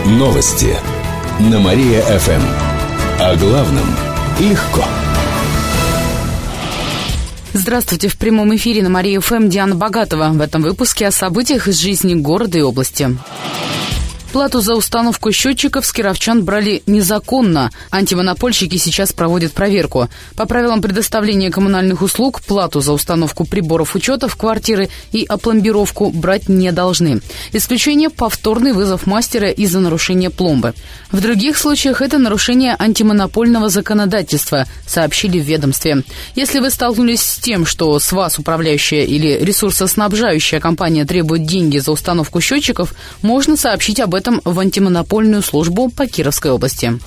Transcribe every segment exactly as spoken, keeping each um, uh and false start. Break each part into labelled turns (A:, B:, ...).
A: Новости на Мария-ФМ. О главном легко.
B: Здравствуйте, в прямом эфире на Мария-ФМ Диана Богатова. В этом выпуске о событиях из жизни города и области. Плату за установку счетчиков с кировчан брали незаконно. Антимонопольщики сейчас проводят проверку. По правилам предоставления коммунальных услуг, плату за установку приборов учета в квартиры и опломбировку брать не должны. Исключение – повторный вызов мастера из-за нарушения пломбы. В других случаях это нарушение антимонопольного законодательства, сообщили в ведомстве. Если вы столкнулись с тем, что с вас управляющая или ресурсоснабжающая компания требует деньги за установку счетчиков, можно сообщить об этом в антимонопольную службу по Кировской области.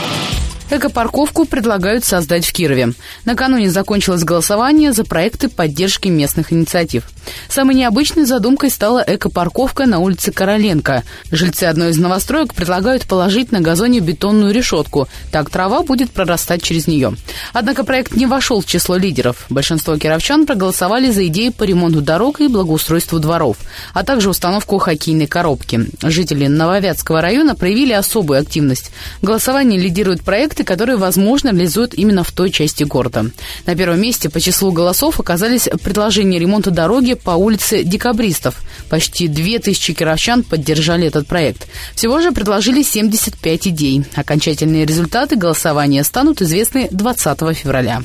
B: Экопарковку предлагают создать в Кирове. Накануне закончилось голосование за проекты поддержки местных инициатив. Самой необычной задумкой стала экопарковка на улице Короленко. Жильцы одной из новостроек предлагают положить на газоне бетонную решетку. Так трава будет прорастать через нее. Однако проект не вошел в число лидеров. Большинство кировчан проголосовали за идеи по ремонту дорог и благоустройству дворов, а также установку хоккейной коробки. Жители Нововятского района проявили особую активность. В голосовании лидирует проект, которые, возможно, реализуют именно в той части города. На первом месте по числу голосов оказались предложения ремонта дороги по улице Декабристов. Почти две тысячи кировчан поддержали этот проект. Всего же предложили семьдесят пять идей. Окончательные результаты голосования станут известны двадцатого февраля.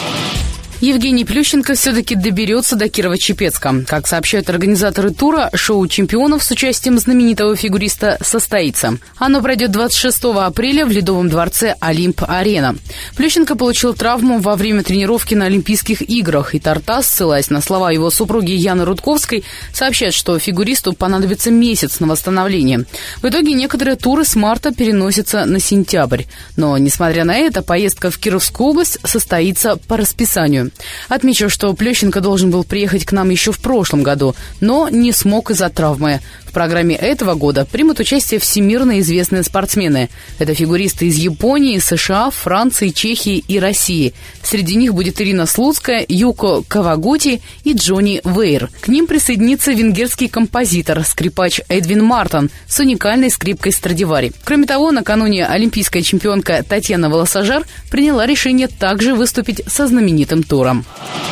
B: Евгений Плющенко все-таки доберется до Кирово-Чепецка. Как сообщают организаторы тура, шоу чемпионов с участием знаменитого фигуриста состоится. Оно пройдет двадцать шестого апреля в Ледовом дворце «Олимп-Арена». Плющенко получил травму во время тренировки на Олимпийских играх, и Тартас, ссылаясь на слова его супруги Яны Рудковской, сообщает, что фигуристу понадобится месяц на восстановление. В итоге некоторые туры с марта переносятся на сентябрь. Но, несмотря на это, поездка в Кировскую область состоится по расписанию. Отмечу, что Плющенко должен был приехать к нам еще в прошлом году, но не смог из-за травмы. В программе этого года примут участие всемирно известные спортсмены. Это фигуристы из Японии, США, Франции, Чехии и России. Среди них будет Ирина Слуцкая, Юко Кавагути и Джонни Вейр. К ним присоединится венгерский композитор, скрипач Эдвин Мартон с уникальной скрипкой Страдивари. Кроме того, накануне олимпийская чемпионка Татьяна Волосожар приняла решение также выступить со знаменитым туром.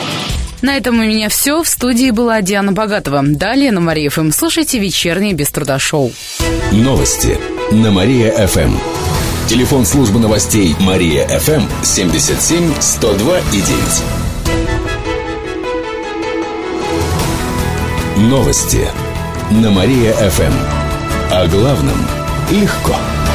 B: На этом у меня все. В студии была Диана Богатова. Далее на Мария-ФМ слушайте вечернее без труда шоу.
A: Новости на Мария-ФМ. Телефон службы новостей Мария-ФМ семьдесят семь сто два и девять. Новости на Мария-ФМ. О главном легко.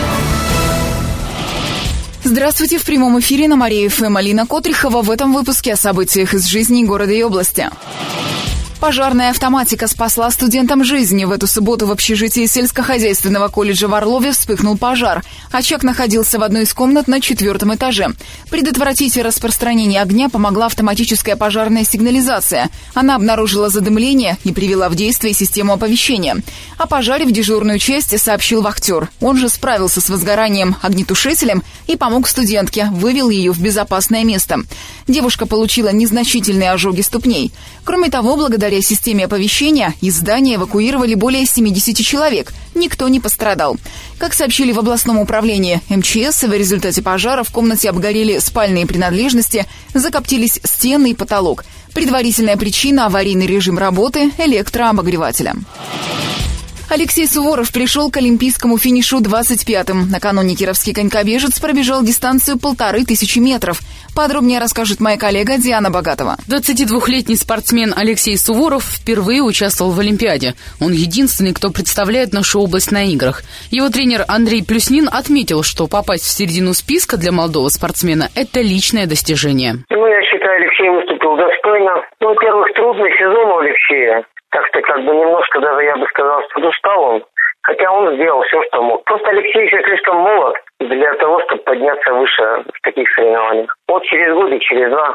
C: Здравствуйте, в прямом эфире на Мария-ФМ Алина Котрихова. В этом выпуске о событиях из жизни города и области. Пожарная автоматика спасла студентам жизни. В эту субботу в общежитии сельскохозяйственного колледжа в Орлове вспыхнул пожар. Очаг находился в одной из комнат на четвертом этаже. Предотвратить распространение огня помогла автоматическая пожарная сигнализация. Она обнаружила задымление и привела в действие систему оповещения. О пожаре в дежурную часть сообщил вахтер. Он же справился с возгоранием огнетушителем и помог студентке, вывел ее в безопасное место. Девушка получила незначительные ожоги ступней. Кроме того, благодаря системе оповещения из здания эвакуировали более семидесяти человек. Никто не пострадал. Как сообщили в областном управлении эм че эс, в результате пожара в комнате обгорели спальные принадлежности, закоптились стены и потолок. Предварительная причина – аварийный режим работы электрообогревателя. Алексей Суворов пришел к олимпийскому финишу двадцать пятым. Накануне кировский конькобежец пробежал дистанцию полторы тысячи метров. Подробнее расскажет моя коллега Диана Богатова.
B: двадцатидвухлетний спортсмен Алексей Суворов впервые участвовал в Олимпиаде. Он единственный, кто представляет нашу область на играх. Его тренер Андрей Плюснин отметил, что попасть в середину списка для молодого спортсмена – это личное достижение.
D: Ну, я считаю, Алексей выступил достойно. Ну, во-первых, трудный сезон у Алексея. Так что, как бы, немножко даже, я бы сказал, подустал он. Хотя он сделал все, что мог. Просто Алексей еще слишком молод для того, чтобы подняться выше в таких соревнованиях. Вот через год и через два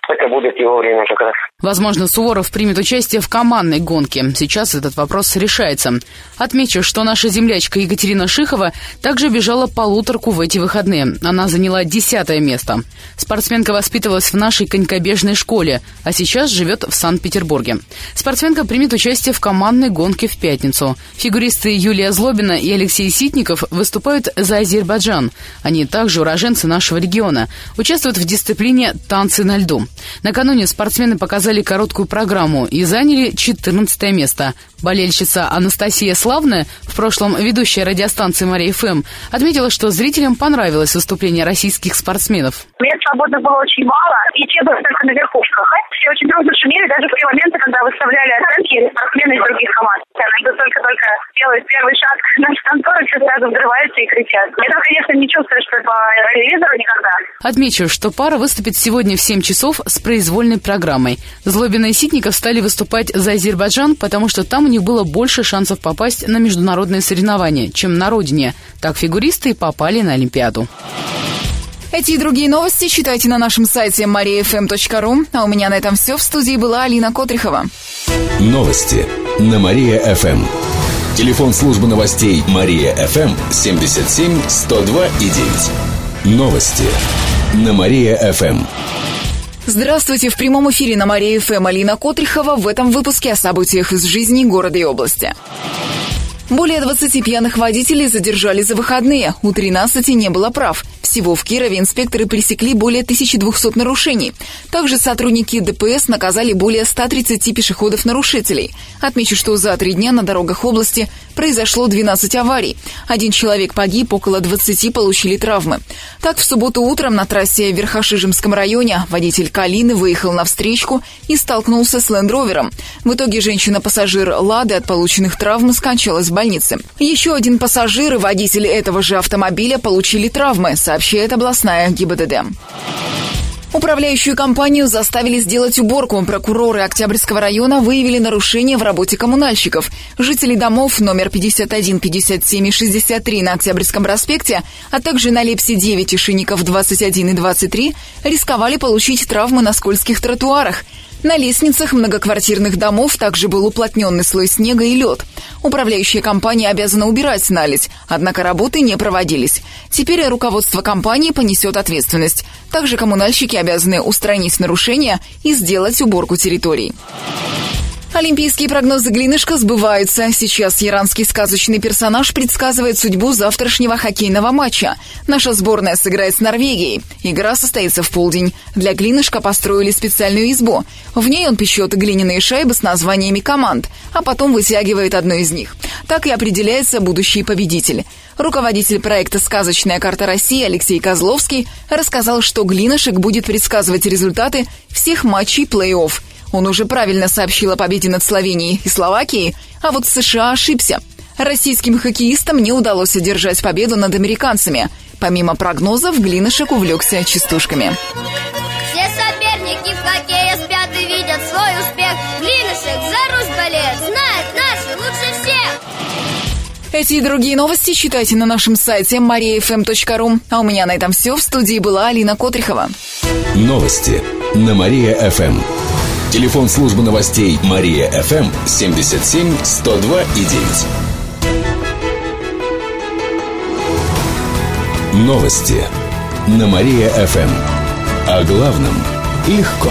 D: это будет его время как раз.
B: Возможно, Суворов примет участие в командной гонке. Сейчас этот вопрос решается. Отмечу, что наша землячка Екатерина Шихова также бежала полуторку в эти выходные. Она заняла десятое место. Спортсменка воспитывалась в нашей конькобежной школе, а сейчас живет в Санкт-Петербурге. Спортсменка примет участие в командной гонке в пятницу. Фигуристы Юлия Злобина и Алексей Ситников выступают за Азербайджан. Они также уроженцы нашего региона. Участвуют в дисциплине «Танцы на льду». Накануне спортсмены показали короткую программу и заняли четырнадцатое место. Болельщица Анастасия Славная, в прошлом ведущая радиостанции Мария ФМ, отметила, что зрителям понравилось выступление российских спортсменов.
E: Мест свободных было очень мало, и те были только на верхушках. Все очень дружно шумели, даже в те моменты, когда выставляли оценки спортсмены из других команд. Когда только-только делают первый шаг на танцоры, все сразу взрываются и кричат. Это, конечно, не чувствуешь по телевизору никогда.
B: Отмечу, что пара выступит сегодня в семь часов с произвольной программой. Злобина и Ситников стали выступать за Азербайджан, потому что там у них было больше шансов попасть на международные соревнования, чем на родине. Так фигуристы и попали на Олимпиаду.
C: Эти и другие новости читайте на нашем сайте мария эф эм точка ру. А у меня на этом все. В студии была Алина Котрихова.
A: Новости на Мария-ФМ. Телефон службы новостей Мария-ФМ семьдесят семь сто два и девять. Новости на Мария-ФМ.
C: Здравствуйте! В прямом эфире на Мария-ФМ Алина Котрихова. В этом выпуске о событиях из жизни города и области. Более двадцати пьяных водителей задержали за выходные. У тринадцати не было прав. Всего в Кирове инспекторы пресекли более тысячи двухсот нарушений. Также сотрудники ДПС наказали более ста тридцати пешеходов-нарушителей. Отмечу, что за три дня на дорогах области произошло двенадцать аварий. Один человек погиб, около двадцати получили травмы. Так, в субботу утром на трассе в Верхошижемском районе водитель «Калины» выехал на встречку и столкнулся с лендровером. В итоге женщина-пассажир «Лады» от полученных травм скончалась в больнице. Еще один пассажир и водитель этого же автомобиля получили травмы, сообщает областная ГИБДД. Управляющую компанию заставили сделать уборку. Прокуроры Октябрьского района выявили нарушения в работе коммунальщиков. Жители домов номер пятьдесят один, пятьдесят семь и шестьдесят три на Октябрьском проспекте, а также на Лепсе девять и Шинников двадцать один и двадцать три рисковали получить травмы на скользких тротуарах. На лестницах многоквартирных домов также был уплотненный слой снега и лед. Управляющая компания обязана убирать наледь, однако работы не проводились. Теперь руководство компании понесет ответственность. Также коммунальщики обязаны устранить нарушения и сделать уборку территорий. Олимпийские прогнозы Глинышка сбываются. Сейчас иранский сказочный персонаж предсказывает судьбу завтрашнего хоккейного матча. Наша сборная сыграет с Норвегией. Игра состоится в полдень. Для Глинышка построили специальную избу. В ней он печет глиняные шайбы с названиями команд, а потом вытягивает одну из них. Так и определяется будущий победитель. Руководитель проекта «Сказочная карта России» Алексей Козловский рассказал, что Глинышек будет предсказывать результаты всех матчей плей-офф. Он уже правильно сообщил о победе над Словенией и Словакией, а вот США ошибся. Российским хоккеистам не удалось одержать победу над американцами. Помимо прогнозов, Глинышек увлекся частушками.
F: Все соперники в хоккее спят и видят свой успех. Глинышек за Русь болеет, знает наши лучше всех.
C: Эти и другие новости читайте на нашем сайте мария эф эм точка ру. А у меня на этом все. В студии была Алина Котрихова.
A: Новости на Мария-ФМ. Телефон службы новостей Мария-ФМ семьдесят семь сто два и девять. Новости на Мария-ФМ. О главном легко.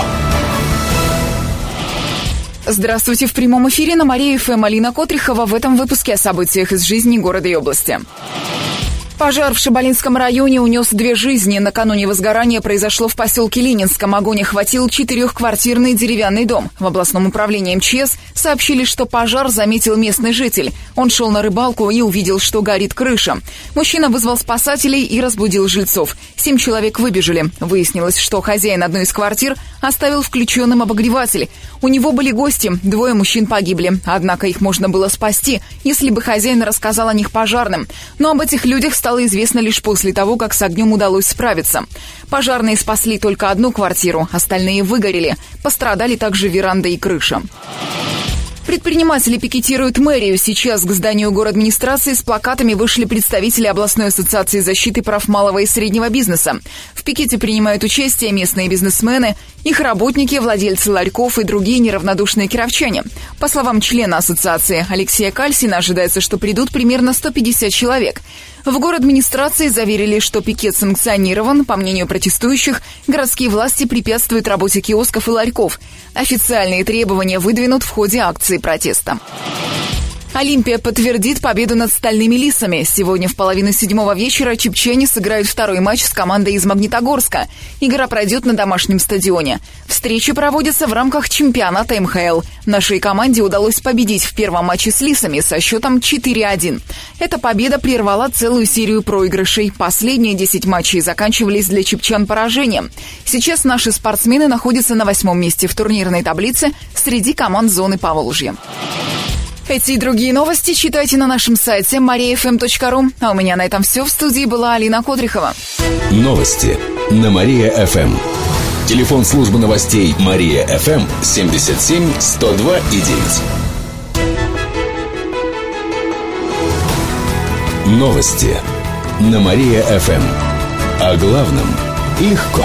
C: Здравствуйте! В прямом эфире на Мария-ФМ Алина Котрихова. В этом выпуске о событиях из жизни города и области. Пожар в Шабалинском районе унес две жизни. Накануне возгорание произошло в поселке Ленинском. Огонь охватил четырехквартирный деревянный дом. В областном управлении эм че эс сообщили, что пожар заметил местный житель. Он шел на рыбалку и увидел, что горит крыша. Мужчина вызвал спасателей и разбудил жильцов. Семь человек выбежали. Выяснилось, что хозяин одной из квартир оставил включенным обогреватель. У него были гости. Двое мужчин погибли. Однако их можно было спасти, если бы хозяин рассказал о них пожарным. Но об этих людях стало известно лишь после того, как с огнем удалось справиться. Пожарные спасли только одну квартиру, остальные выгорели. Пострадали также веранда и крыша. Предприниматели пикетируют мэрию. Сейчас к зданию городадминистрации с плакатами вышли представители областной ассоциации защиты прав малого и среднего бизнеса. В пикете принимают участие местные бизнесмены, их работники, владельцы ларьков и другие неравнодушные кировчане. По словам члена ассоциации Алексея Кальсина, ожидается, что придут примерно сто пятьдесят человек. В городадминистрации заверили, что пикет санкционирован. По мнению протестующих, городские власти препятствуют работе киосков и ларьков. Официальные требования выдвинут в ходе акции протеста. Олимпия подтвердит победу над «Стальными лисами». Сегодня в половине седьмого вечера чепчане сыграют второй матч с командой из Магнитогорска. Игра пройдет на домашнем стадионе. Встречи проводятся в рамках чемпионата эм ха эл. Нашей команде удалось победить в первом матче с лисами со счетом четыре один. Эта победа прервала целую серию проигрышей. Последние десять матчей заканчивались для чепчан поражением. Сейчас наши спортсмены находятся на восьмом месте в турнирной таблице среди команд зоны Поволжья. Эти и другие новости читайте на нашем сайте мария эф эм точка ру. А у меня на этом все. В студии была Алина Котрихова.
A: Новости на Мария-ФМ. Телефон службы новостей Мария-ФМ семьдесят семь сто два и девять. Новости на Мария-ФМ. О главном легко.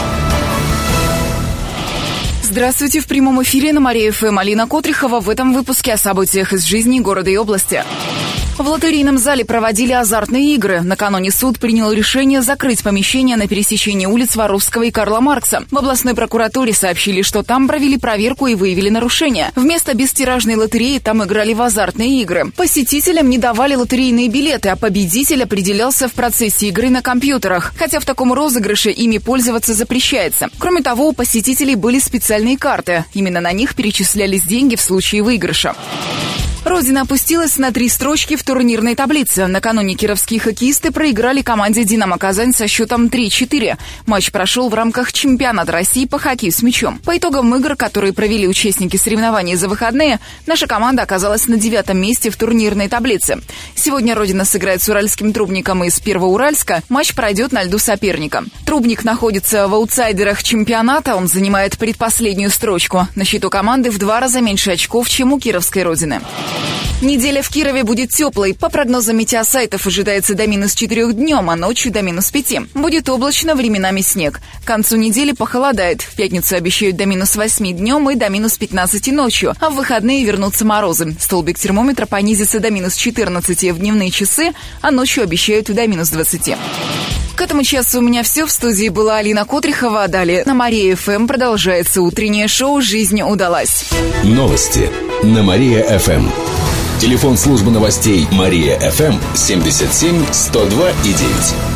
C: Здравствуйте, в прямом эфире на Мария-ФМ Алина Котрихова. В этом выпуске о событиях из жизни города и области. В лотерейном зале проводили азартные игры. Накануне суд принял решение закрыть помещение на пересечении улиц Воровского и Карла Маркса. В областной прокуратуре сообщили, что там провели проверку и выявили нарушения. Вместо бестиражной лотереи там играли в азартные игры. Посетителям не давали лотерейные билеты, а победитель определялся в процессе игры на компьютерах. Хотя в таком розыгрыше ими пользоваться запрещается. Кроме того, у посетителей были специальные карты. Именно на них перечислялись деньги в случае выигрыша. Родина опустилась на три строчки в турнирной таблице. Накануне кировские хоккеисты проиграли команде «Динамо Казань» со счетом три четыре. Матч прошел в рамках чемпионата России по хоккею с мячом. По итогам игр, которые провели участники соревнований за выходные, наша команда оказалась на девятом месте в турнирной таблице. Сегодня Родина сыграет с уральским Трубником из Первоуральска. Матч пройдет на льду соперника. Трубник находится в аутсайдерах чемпионата. Он занимает предпоследнюю строчку. На счету команды в два раза меньше очков, чем у кировской Родины. Неделя в Кирове будет теплой. По прогнозам метеосайтов ожидается до минус четырех днем, а ночью до минус пяти. Будет облачно, временами снег. К концу недели похолодает. В пятницу обещают до минус восьми днем и до минус пятнадцати ночью, а в выходные вернутся морозы. Столбик термометра понизится до минус четырнадцати в дневные часы, а ночью обещают до минус двадцати. К этому часу у меня все. В студии была Алина Котрихова. Далее на Мария-ФМ продолжается утреннее шоу «Жизнь удалась».
A: Новости на Мария-ФМ. Телефон службы новостей Мария-ФМ семьдесят семь сто два и девять.